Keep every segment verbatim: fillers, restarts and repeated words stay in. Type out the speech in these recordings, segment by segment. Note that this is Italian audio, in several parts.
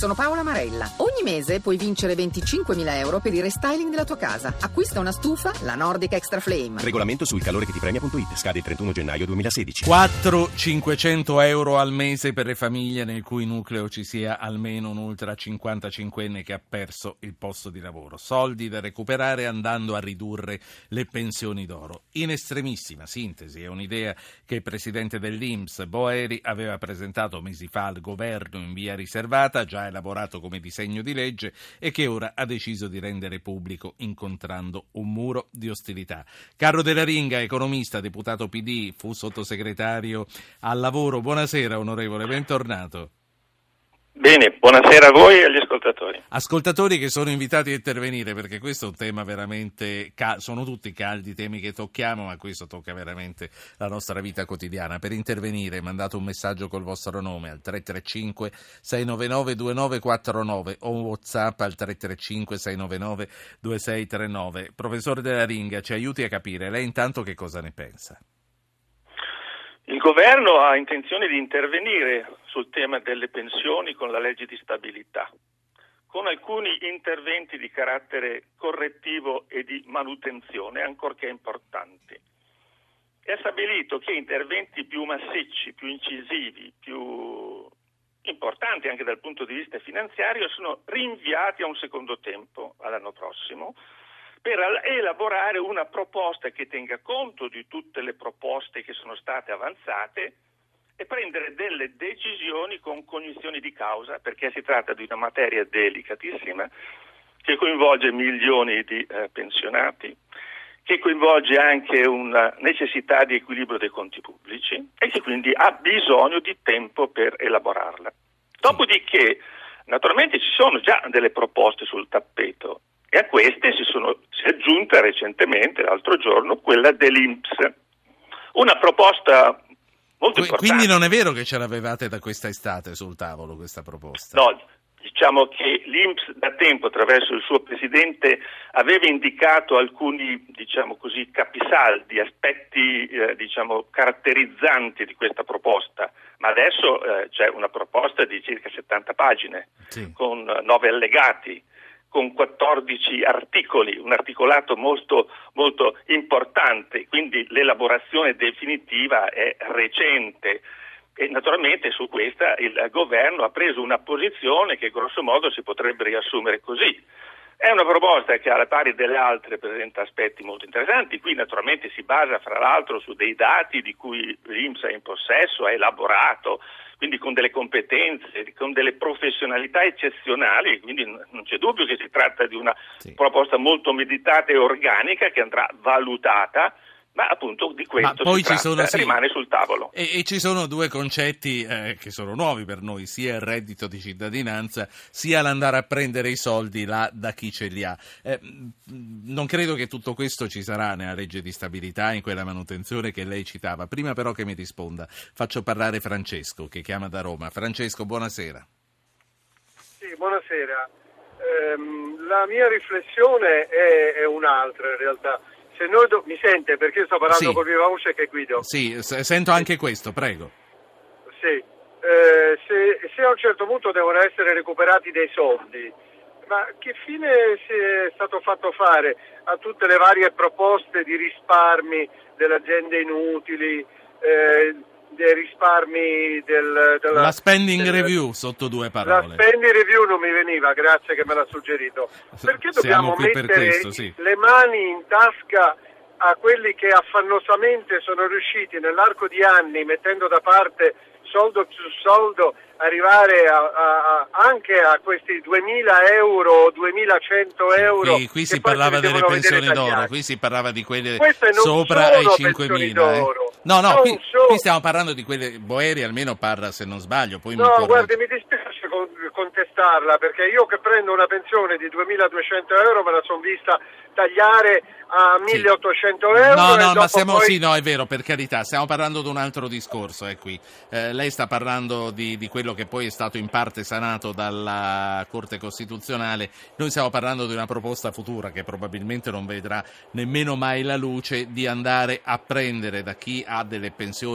sono Paola Marella. Ogni mese puoi vincere venticinquemila euro per il restyling della tua casa. Acquista una stufa, la Nordic Extra Flame. Regolamento sul calore che ti premia punto it. Scade il trentuno gennaio duemilasedici. quattrocento-cinquecento euro al mese per le famiglie nel cui nucleo ci sia almeno un ultra cinquantacinquenne che ha perso il posto di lavoro. Soldi da recuperare andando a ridurre le pensioni d'oro. In estremissima sintesi è un'idea che il presidente dell'I N P S Boeri aveva presentato mesi fa al governo in via riservata, già elaborato come disegno di legge e che ora ha deciso di rendere pubblico incontrando un muro di ostilità. Carlo Della-Ringa, economista, deputato P D, fu sottosegretario al lavoro. Buonasera onorevole, bentornato. Bene, buonasera a voi e agli ascoltatori. Ascoltatori che sono invitati a intervenire, perché questo è un tema veramente, cal- sono tutti caldi temi che tocchiamo, ma questo tocca veramente la nostra vita quotidiana. Per intervenire mandate un messaggio col vostro nome al tre tre cinque sei nove nove due nove quattro nove o un WhatsApp al tre tre cinque sei nove nove due sei tre nove. Professore Della-Ringa, ci aiuti a capire, lei intanto che cosa ne pensa? Il governo ha intenzione di intervenire sul tema delle pensioni con la legge di stabilità, con alcuni interventi di carattere correttivo e di manutenzione, ancorché importanti. È stabilito che interventi più massicci, più incisivi, più importanti anche dal punto di vista finanziario sono rinviati a un secondo tempo, all'anno prossimo, per elaborare una proposta che tenga conto di tutte le proposte che sono state avanzate e prendere delle decisioni con cognizione di causa, perché si tratta di una materia delicatissima che coinvolge milioni di eh, pensionati, che coinvolge anche una necessità di equilibrio dei conti pubblici e che quindi ha bisogno di tempo per elaborarla. Dopodiché, naturalmente ci sono già delle proposte sul tappeto. E a queste si, sono, si è aggiunta recentemente, l'altro giorno, quella dell'I N P S. Una proposta molto Qu- importante. Quindi non è vero che ce l'avevate da questa estate sul tavolo questa proposta? No, diciamo che l'I N P S da tempo, attraverso il suo presidente, aveva indicato alcuni, diciamo così, capisaldi, aspetti, eh, diciamo, caratterizzanti di questa proposta. Ma adesso eh, c'è una proposta di circa settanta pagine, sì, con nove allegati, con quattordici articoli, un articolato molto, molto importante, quindi l'elaborazione definitiva è recente e naturalmente su questa il governo ha preso una posizione che grosso modo si potrebbe riassumere così. È una proposta che alla pari delle altre presenta aspetti molto interessanti, qui naturalmente si basa fra l'altro su dei dati di cui l'I N P S è in possesso, ha elaborato, quindi con delle competenze, con delle professionalità eccezionali, quindi non c'è dubbio che si tratta di una sì. proposta molto meditata e organica che andrà valutata, ma appunto di questo ma poi si ci tratta, sono, sì, rimane sul tavolo. E, e ci sono due concetti eh, che sono nuovi per noi, sia il reddito di cittadinanza, sia l'andare a prendere i soldi là da chi ce li ha. Eh, non credo che tutto questo ci sarà nella legge di stabilità, in quella manutenzione che lei citava. Prima però che mi risponda, faccio parlare Francesco, che chiama da Roma. Francesco, buonasera. Sì, buonasera. Ehm, la mia riflessione è, è un'altra in realtà. Se noi do... Mi sente perché io sto parlando sì. con viva voce che guido? Sì, sento anche questo, prego. Sì, eh, se, se a un certo punto devono essere recuperati dei soldi, ma che fine si è stato fatto fare a tutte le varie proposte di risparmi delle aziende inutili, eh, dei risparmi del, della... La spending del, review sotto due parole. La spending review non mi veniva, grazie che me l'ha suggerito. Perché dobbiamo mettere per questo, sì. le mani in tasca a quelli che affannosamente sono riusciti nell'arco di anni, mettendo da parte soldo su soldo, arrivare a, a, a, anche a questi duemila euro, duemilacento euro. Qui, qui si parlava delle pensioni d'oro, qui si parlava di quelle sopra ai cinquemila. Eh. No, no, qui, qui stiamo parlando di quelle, Boeri almeno parla, se non sbaglio. Poi no, mi guardi, mi dispiace contestarla, perché io che prendo una pensione di duemiladuecento euro me la sono vista tagliare a milleottocento sì. euro. No, e no, dopo ma siamo, poi... sì, no, è vero, per carità, stiamo parlando di un altro discorso, è qui. Eh, lei sta parlando di, di quello che poi è stato in parte sanato dalla Corte Costituzionale, noi stiamo parlando di una proposta futura che probabilmente non vedrà nemmeno mai la luce, di andare a prendere da chi ha delle pensioni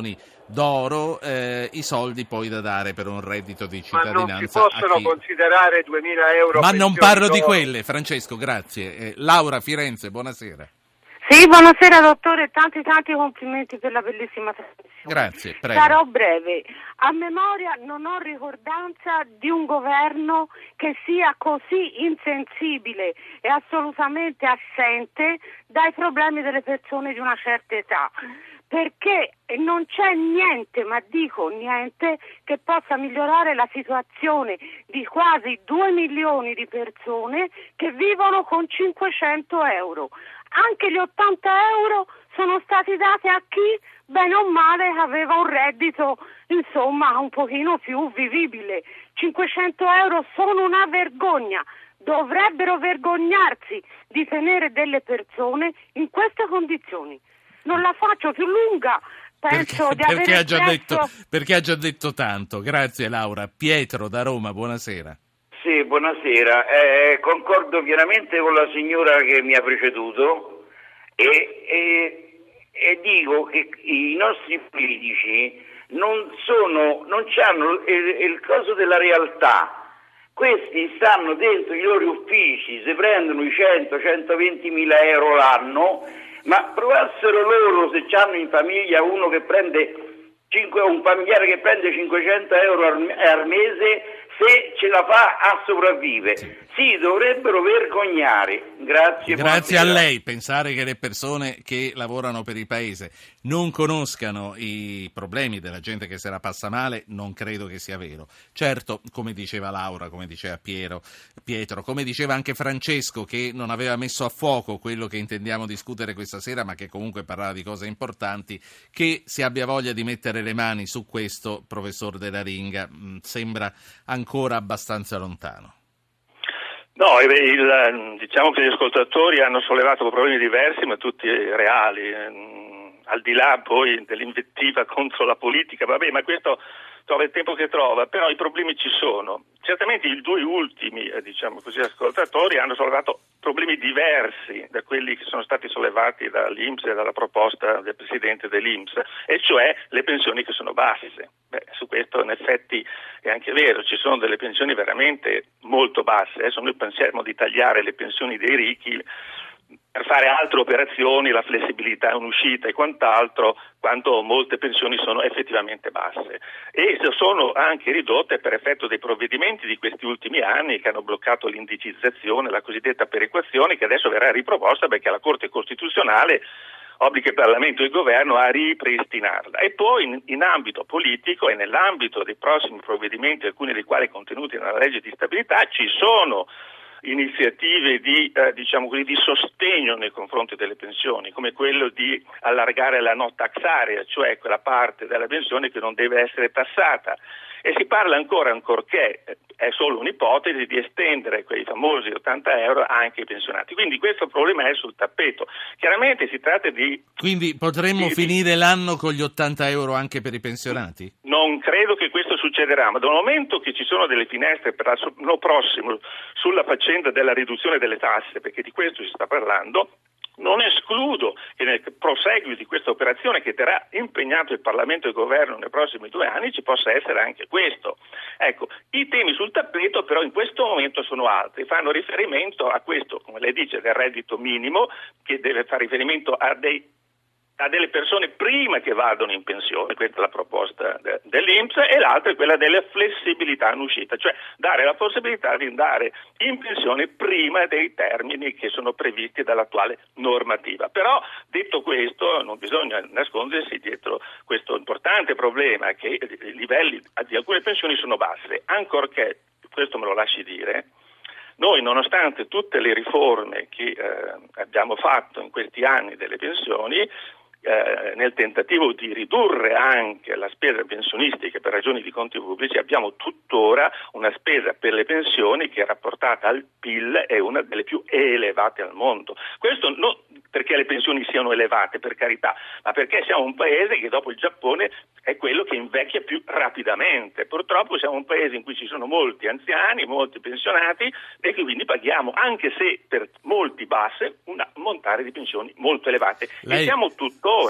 d'oro eh, i soldi poi da dare per un reddito di cittadinanza. Ma non si possono a chi... considerare duemila euro. Ma non parlo d'oro. di quelle, Francesco, grazie. Eh, Laura Firenze, buonasera. Sì, buonasera dottore, tanti tanti complimenti per la bellissima trasmissione. Grazie, prego. Sarò breve. A memoria non ho ricordanza di un governo che sia così insensibile e assolutamente assente dai problemi delle persone di una certa età. Perché non c'è niente, ma dico niente, che possa migliorare la situazione di quasi due milioni di persone che vivono con cinquecento euro. Anche gli ottanta euro sono stati dati a chi, bene o male, aveva un reddito, insomma, un pochino più vivibile. cinquecento euro sono una vergogna. Dovrebbero vergognarsi di tenere delle persone in queste condizioni. Non la faccio più lunga, penso perché, di aver perché ha già espresso... detto Perché ha già detto tanto. Grazie Laura. Pietro da Roma, buonasera. Sì, buonasera. Eh, concordo pienamente con la signora che mi ha preceduto e, e, e dico che i nostri politici non sono, non hanno il, il coso della realtà. Questi stanno dentro i loro uffici, si prendono i cento centoventi mila euro l'anno, ma provassero loro se hanno in famiglia uno che prende cinque, un familiare che prende cinquecento euro al, al mese, se ce la fa a sopravvivere. Si dovrebbero vergognare. Grazie. Grazie a lei. Pensare che le persone che lavorano per il paese non conoscano i problemi della gente che se la passa male, non credo che sia vero. Certo, come diceva Laura, come diceva Piero, Pietro, come diceva anche Francesco, che non aveva messo a fuoco quello che intendiamo discutere questa sera, ma che comunque parlava di cose importanti, che si abbia voglia di mettere le mani su questo, professor Della Ringa, mh, sembra ancora abbastanza lontano. No, il, diciamo che gli ascoltatori hanno sollevato problemi diversi, ma tutti reali, al di là poi dell'invettiva contro la politica, vabbè, ma questo trova il tempo che trova, però i problemi ci sono. Certamente i due ultimi, diciamo così, ascoltatori hanno sollevato problemi diversi da quelli che sono stati sollevati dall'I N P S e dalla proposta del Presidente dell'I N P S, e cioè le pensioni che sono basse. Beh, su questo in effetti è anche vero, ci sono delle pensioni veramente molto basse. Adesso noi pensiamo di tagliare le pensioni dei ricchi per fare altre operazioni, la flessibilità in uscita e quant'altro, quando molte pensioni sono effettivamente basse. E sono anche ridotte per effetto dei provvedimenti di questi ultimi anni che hanno bloccato l'indicizzazione, la cosiddetta perequazione, che adesso verrà riproposta perché la Corte Costituzionale obbliga il Parlamento e il Governo a ripristinarla. E poi in, in ambito politico e nell'ambito dei prossimi provvedimenti, alcuni dei quali contenuti nella legge di stabilità, ci sono iniziative di, eh, diciamo così, di sostegno nei confronti delle pensioni, come quello di allargare la no tax area, cioè quella parte della pensione che non deve essere tassata. E si parla ancora, ancorché è solo un'ipotesi, di estendere quei famosi ottanta euro anche ai pensionati. Quindi questo problema è sul tappeto. Chiaramente si tratta di... Quindi potremmo di, finire l'anno con gli ottanta euro anche per i pensionati? Non credo che questo succederà, ma dal momento che ci sono delle finestre per l'anno prossimo sulla faccenda della riduzione delle tasse, perché di questo si sta parlando, non escludo che nel proseguio di questa operazione, che terrà impegnato il Parlamento e il Governo nei prossimi due anni, ci possa essere anche questo. Ecco, i temi sul tappeto però in questo momento sono altri, fanno riferimento a questo, come lei dice, del reddito minimo, che deve fare riferimento a dei a delle persone prima che vadano in pensione, questa è la proposta de, dell'I N P S, e l'altra è quella della flessibilità in uscita, cioè dare la possibilità di andare in pensione prima dei termini che sono previsti dall'attuale normativa. Però, detto questo, non bisogna nascondersi dietro questo importante problema che i livelli di alcune pensioni sono basse, ancorché, questo me lo lasci dire, noi, nonostante tutte le riforme che eh, abbiamo fatto in questi anni delle pensioni, Eh, nel tentativo di ridurre anche la spesa pensionistica per ragioni di conti pubblici, abbiamo tuttora una spesa per le pensioni che, rapportata al P I L, è una delle più elevate al mondo. Questo non perché le pensioni siano elevate, per carità, ma perché siamo un paese che dopo il Giappone è quello che invecchia più rapidamente. Purtroppo siamo un paese in cui ci sono molti anziani, molti pensionati, e che quindi paghiamo, anche se per molti basse, un ammontare di pensioni molto elevate. Lei... E siamo tuttora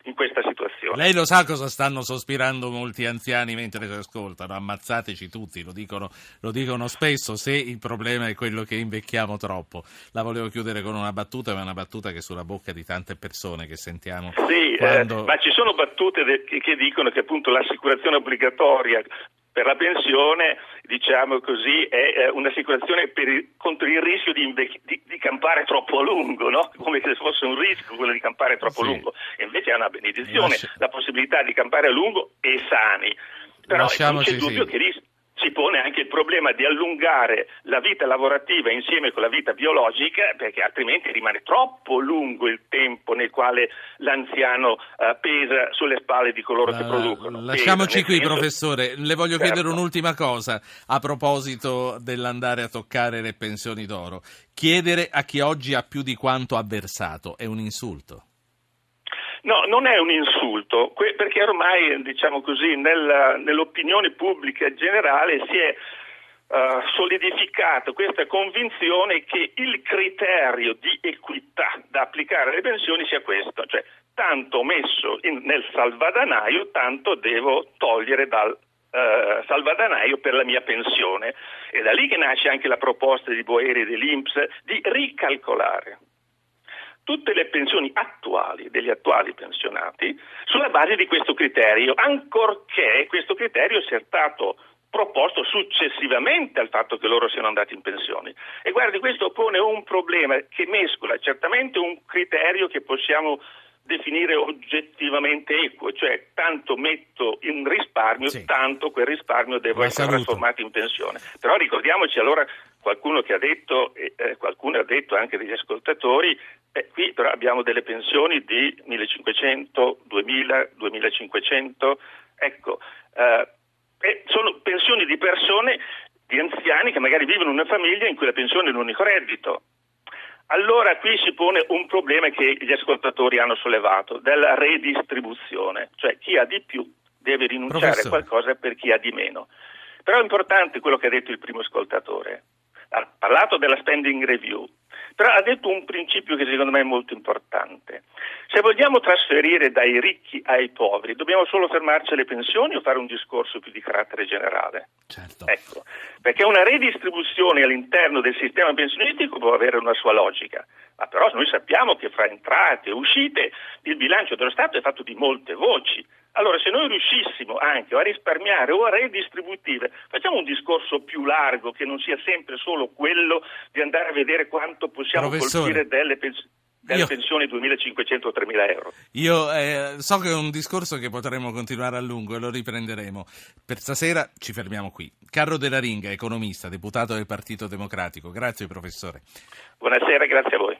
in questa situazione. Lei lo sa cosa stanno sospirando molti anziani mentre ci ascoltano? Ammazzateci tutti, lo dicono, lo dicono spesso, se il problema è quello che invecchiamo troppo. La volevo chiudere con una battuta, ma è una battuta che è sulla bocca di tante persone che sentiamo. Sì, quando... eh, ma ci sono battute de- che, che dicono che appunto l'assicurazione obbligatoria per la pensione, diciamo così, è un'assicurazione per il, contro il rischio di, invec- di, di campare troppo a lungo, no? Come se fosse un rischio quello di campare troppo a sì. lungo. E invece è una benedizione Lascia... la possibilità di campare a lungo e sani. Però non c'è dubbio sì. che ris- si pone anche il problema di allungare la vita lavorativa insieme con la vita biologica, perché altrimenti rimane troppo lungo il tempo nel quale l'anziano uh, pesa sulle spalle di coloro la, che producono. Lasciamoci pesa, qui, senso... professore. Le voglio certo. chiedere un'ultima cosa a proposito dell'andare a toccare le pensioni d'oro. Chiedere a chi oggi ha più di quanto ha versato è un insulto? No, non è un insulto, perché ormai, diciamo così, nella, nell'opinione pubblica generale si è uh, solidificata questa convinzione che il criterio di equità da applicare alle pensioni sia questo, cioè tanto messo in, nel salvadanaio, tanto devo togliere dal Uh, salvadanaio per la mia pensione. È da lì che nasce anche la proposta di Boeri e dell'I N P S di ricalcolare tutte le pensioni attuali degli attuali pensionati sulla base di questo criterio, ancorché questo criterio sia stato proposto successivamente al fatto che loro siano andati in pensione. E guardi, questo pone un problema che mescola certamente un criterio che possiamo definire oggettivamente equo, cioè tanto metto in risparmio, sì. tanto quel risparmio devo La essere saluto. trasformato in pensione. Però ricordiamoci allora, qualcuno che ha detto, eh, qualcuno ha detto anche degli ascoltatori, eh, qui però abbiamo delle pensioni di millecinquecento, duemila, duemilacinquecento, ecco, eh, eh, sono pensioni di persone, di anziani che magari vivono in una famiglia in cui la pensione è l'unico reddito. Allora qui si pone un problema che gli ascoltatori hanno sollevato, della redistribuzione, cioè chi ha di più deve rinunciare Professore. a qualcosa per chi ha di meno. Però è importante quello che ha detto il primo ascoltatore, ha parlato della spending review, però ha detto un principio che secondo me è molto importante. Se vogliamo trasferire dai ricchi ai poveri, dobbiamo solo fermarci alle pensioni o fare un discorso più di carattere generale? Certo. Ecco, perché una redistribuzione all'interno del sistema pensionistico può avere una sua logica, ma però noi sappiamo che fra entrate e uscite il bilancio dello Stato è fatto di molte voci. Allora, se noi riuscissimo anche a risparmiare o a redistribuire, facciamo un discorso più largo che non sia sempre solo quello di andare a vedere quanto possiamo Professore, colpire delle pensioni. Delle io, pensioni duemilacinquecento - tremila euro. Io eh, so che è un discorso che potremo continuare a lungo e lo riprenderemo. Per stasera ci fermiamo qui. Carlo Della Ringa, economista, deputato del Partito Democratico. Grazie professore. Buonasera, grazie a voi.